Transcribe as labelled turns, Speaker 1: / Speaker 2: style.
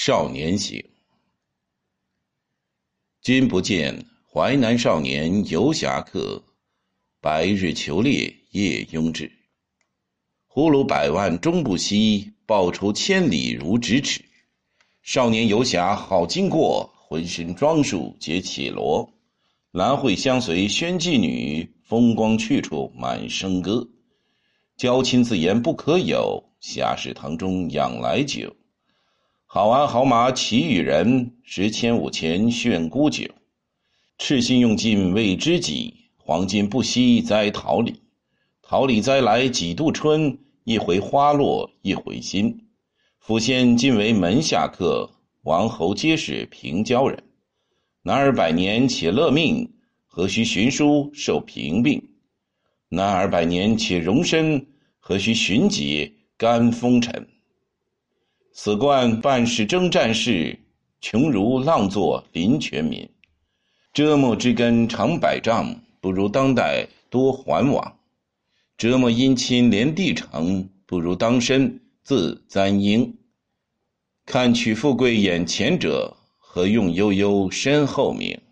Speaker 1: 少年行。君不见，淮南少年游侠客，白日求猎夜拥志。呼噜百万终不息，报仇千里如咫尺。少年游侠好经过，浑身装束皆绮罗。兰蕙相随宣妓女，风光去处满笙歌。娇亲自言不可有，侠士堂中养来酒。好鞍好马骑与人，10钱5钱炫沽酒。赤心用尽为知己，黄金不惜栽桃李。桃李栽来几度春，一回花落一回新。府县今为门下客，王侯皆是平交人。男儿百年且乐命，何须寻书受贫病？男儿百年且容身，何须寻疾甘风尘？死冠半世征战士，穷如浪作临泉民。折墨之根长100丈，不如当代多还往。折墨姻亲连地成，不如当身自簪缨。看取富贵眼前者，何用悠悠身后名？